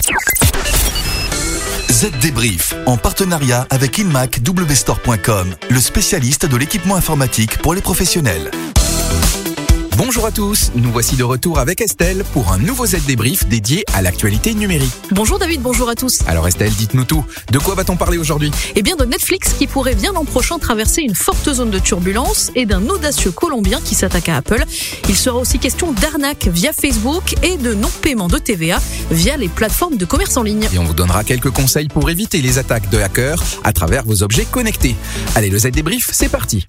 Z-Débrief, en partenariat avec InmacWstore.com, le spécialiste de l'équipement informatique pour les professionnels. Bonjour à tous, nous voici de retour avec Estelle pour un nouveau Z-Débrief dédié à l'actualité numérique. Bonjour David, bonjour à tous. Alors Estelle, dites-nous tout, de quoi va-t-on parler aujourd'hui ? Eh bien de Netflix qui pourrait bien l'an prochain traverser une forte zone de turbulence et d'un audacieux Colombien qui s'attaque à Apple. Il sera aussi question d'arnaque via Facebook et de non-paiement de TVA via les plateformes de commerce en ligne. Et on vous donnera quelques conseils pour éviter les attaques de hackers à travers vos objets connectés. Allez, le Z-Débrief, c'est parti.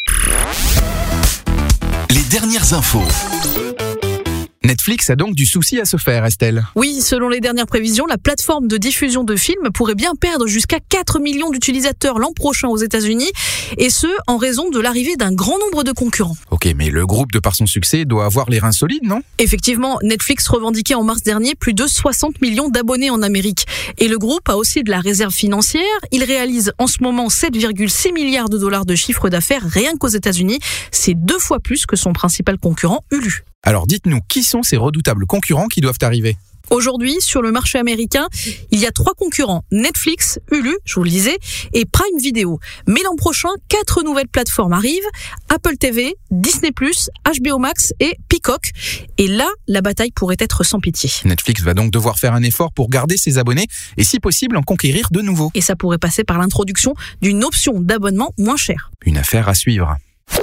Les dernières infos. Netflix a donc du souci à se faire, Estelle. Oui, selon les dernières prévisions, la plateforme de diffusion de films pourrait bien perdre jusqu'à 4 millions d'utilisateurs l'an prochain aux États-Unis, et ce, en raison de l'arrivée d'un grand nombre de concurrents. Ok, mais le groupe, de par son succès, doit avoir les reins solides, non ? Effectivement, Netflix revendiquait en mars dernier plus de 60 millions d'abonnés en Amérique. Et le groupe a aussi de la réserve financière. Il réalise en ce moment 7,6 milliards de dollars de chiffre d'affaires rien qu'aux États-Unis. C'est 2 fois plus que son principal concurrent, Hulu. Alors dites-nous, qui sont ces redoutables concurrents qui doivent arriver ? Aujourd'hui, sur le marché américain, il y a 3 concurrents, Netflix, Hulu, je vous le disais, et Prime Video. Mais l'an prochain, 4 nouvelles plateformes arrivent, Apple TV, Disney+, HBO Max et Peacock. Et là, la bataille pourrait être sans pitié. Netflix va donc devoir faire un effort pour garder ses abonnés et si possible en conquérir de nouveaux. Et ça pourrait passer par l'introduction d'une option d'abonnement moins chère. Une affaire à suivre.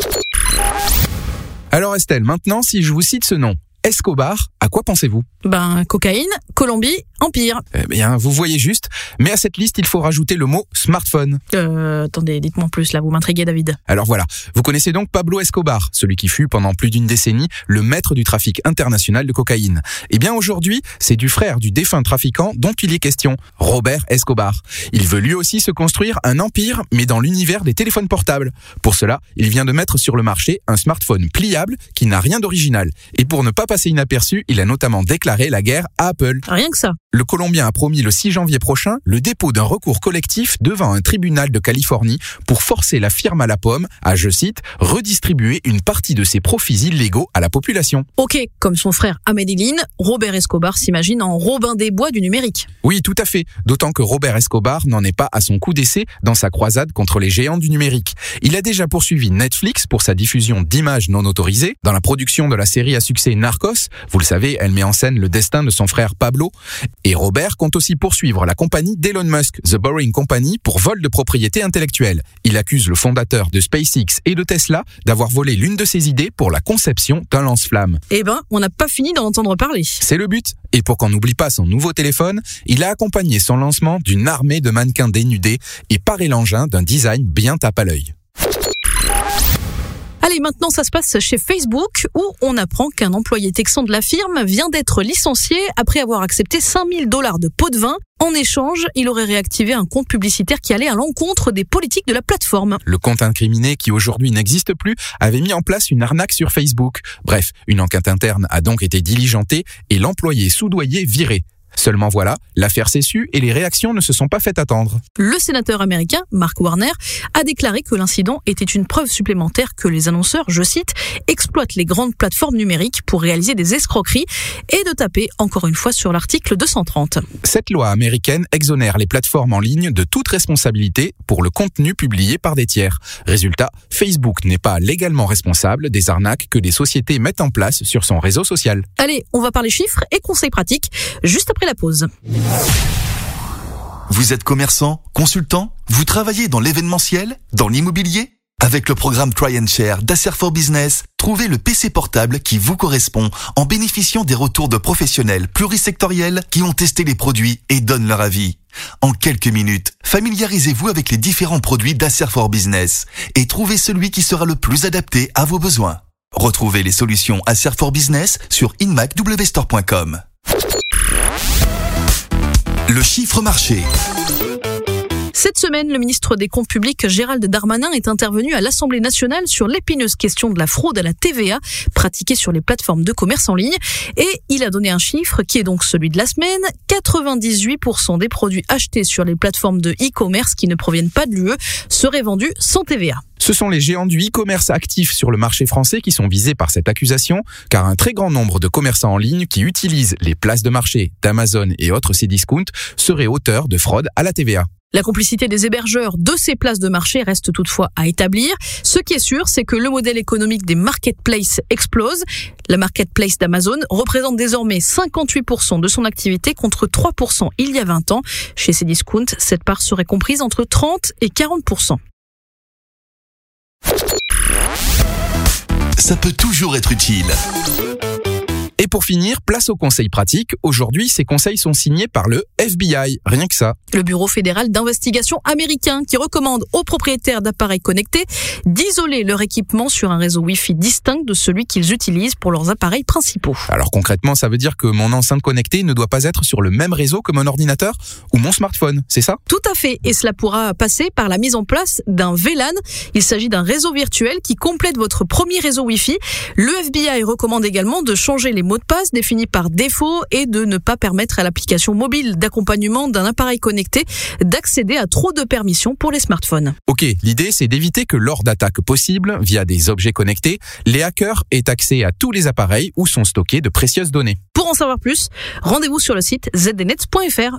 Alors Estelle, maintenant si je vous cite ce nom, Escobar, à quoi pensez-vous ? Cocaïne, Colombie, Empire. Eh bien, vous voyez juste, mais à cette liste, il faut rajouter le mot smartphone. Attendez, dites-moi en plus, là, vous m'intriguez, David. Alors voilà, vous connaissez donc Pablo Escobar, celui qui fut pendant plus d'une décennie le maître du trafic international de cocaïne. Eh bien aujourd'hui, c'est du frère du défunt trafiquant dont il est question, Robert Escobar. Il veut lui aussi se construire un empire, mais dans l'univers des téléphones portables. Pour cela, il vient de mettre sur le marché un smartphone pliable qui n'a rien d'original. Et pour ne pas passer inaperçu, il a notamment déclaré la guerre à Apple. Rien que ça. Le Colombien a promis le 6 janvier prochain le dépôt d'un recours collectif devant un tribunal de Californie pour forcer la firme à la pomme à, je cite, redistribuer une partie de ses profits illégaux à la population. Ok, comme son frère Medellín, Robert Escobar s'imagine en Robin des Bois du numérique. Oui, tout à fait. D'autant que Robert Escobar n'en est pas à son coup d'essai dans sa croisade contre les géants du numérique. Il a déjà poursuivi Netflix pour sa diffusion d'images non autorisées. Dans la production de la série à succès Narcos, vous le savez, elle met en scène le destin de son frère Pablo. Et Robert compte aussi poursuivre la compagnie d'Elon Musk, The Boring Company, pour vol de propriété intellectuelle. Il accuse le fondateur de SpaceX et de Tesla d'avoir volé l'une de ses idées pour la conception d'un lance-flamme. On n'a pas fini d'en entendre parler. C'est le but. Et pour qu'on n'oublie pas son nouveau téléphone, il a accompagné son lancement d'une armée de mannequins dénudés et paré l'engin d'un design bien tape à l'œil. Allez, maintenant ça se passe chez Facebook où on apprend qu'un employé texan de la firme vient d'être licencié après avoir accepté $5,000 de pots de vin. En échange, il aurait réactivé un compte publicitaire qui allait à l'encontre des politiques de la plateforme. Le compte incriminé, qui aujourd'hui n'existe plus, avait mis en place une arnaque sur Facebook. Bref, une enquête interne a donc été diligentée et l'employé soudoyé viré. Seulement voilà, l'affaire s'est sue et les réactions ne se sont pas fait attendre. Le sénateur américain, Mark Warner, a déclaré que l'incident était une preuve supplémentaire que les annonceurs, je cite, exploitent les grandes plateformes numériques pour réaliser des escroqueries et de taper encore une fois sur l'article 230. Cette loi américaine exonère les plateformes en ligne de toute responsabilité pour le contenu publié par des tiers. Résultat, Facebook n'est pas légalement responsable des arnaques que des sociétés mettent en place sur son réseau social. Allez, on va parler chiffres et conseils pratiques juste après la pause. Vous êtes commerçant, consultant, vous travaillez dans l'événementiel, dans l'immobilier ? Avec le programme Try and Share d'Acer for Business, trouvez le PC portable qui vous correspond en bénéficiant des retours de professionnels plurisectoriels qui ont testé les produits et donnent leur avis. En quelques minutes, familiarisez-vous avec les différents produits d'Acer for Business et trouvez celui qui sera le plus adapté à vos besoins. Retrouvez les solutions Acer for Business sur InmacWstore.com. Le chiffre marché. Cette semaine, le ministre des Comptes publics Gérald Darmanin est intervenu à l'Assemblée nationale sur l'épineuse question de la fraude à la TVA pratiquée sur les plateformes de commerce en ligne. Et il a donné un chiffre qui est donc celui de la semaine. 98% des produits achetés sur les plateformes de e-commerce qui ne proviennent pas de l'UE seraient vendus sans TVA. Ce sont les géants du e-commerce actifs sur le marché français qui sont visés par cette accusation, car un très grand nombre de commerçants en ligne qui utilisent les places de marché d'Amazon et autres Cdiscount seraient auteurs de fraude à la TVA. La complicité des hébergeurs de ces places de marché reste toutefois à établir. Ce qui est sûr, c'est que le modèle économique des marketplaces explose. La marketplace d'Amazon représente désormais 58% de son activité contre 3% il y a 20 ans. Chez Cdiscount, cette part serait comprise entre 30 et 40%. Ça peut toujours être utile. Et pour finir, place aux conseils pratiques. Aujourd'hui, ces conseils sont signés par le FBI, rien que ça. Le Bureau fédéral d'investigation américain qui recommande aux propriétaires d'appareils connectés d'isoler leur équipement sur un réseau Wi-Fi distinct de celui qu'ils utilisent pour leurs appareils principaux. Alors concrètement, ça veut dire que mon enceinte connectée ne doit pas être sur le même réseau que mon ordinateur ou mon smartphone, c'est ça ? Tout à fait, et cela pourra passer par la mise en place d'un VLAN. Il s'agit d'un réseau virtuel qui complète votre premier réseau Wi-Fi. Le FBI recommande également de changer les mots de passe définis par défaut et de ne pas permettre à l'application mobile d'accompagnement d'un appareil connecté d'accéder à trop de permissions pour les smartphones. Ok, l'idée c'est d'éviter que lors d'attaques possibles via des objets connectés, les hackers aient accès à tous les appareils où sont stockées de précieuses données. Pour en savoir plus, rendez-vous sur le site zdnet.fr.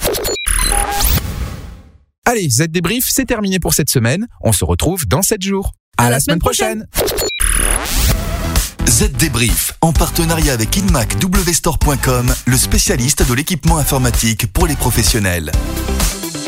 Allez, Z Débrief, c'est terminé pour cette semaine. On se retrouve dans 7 jours. À la semaine prochaine. Z Débrief, en partenariat avec InMacWstore.com, le spécialiste de l'équipement informatique pour les professionnels.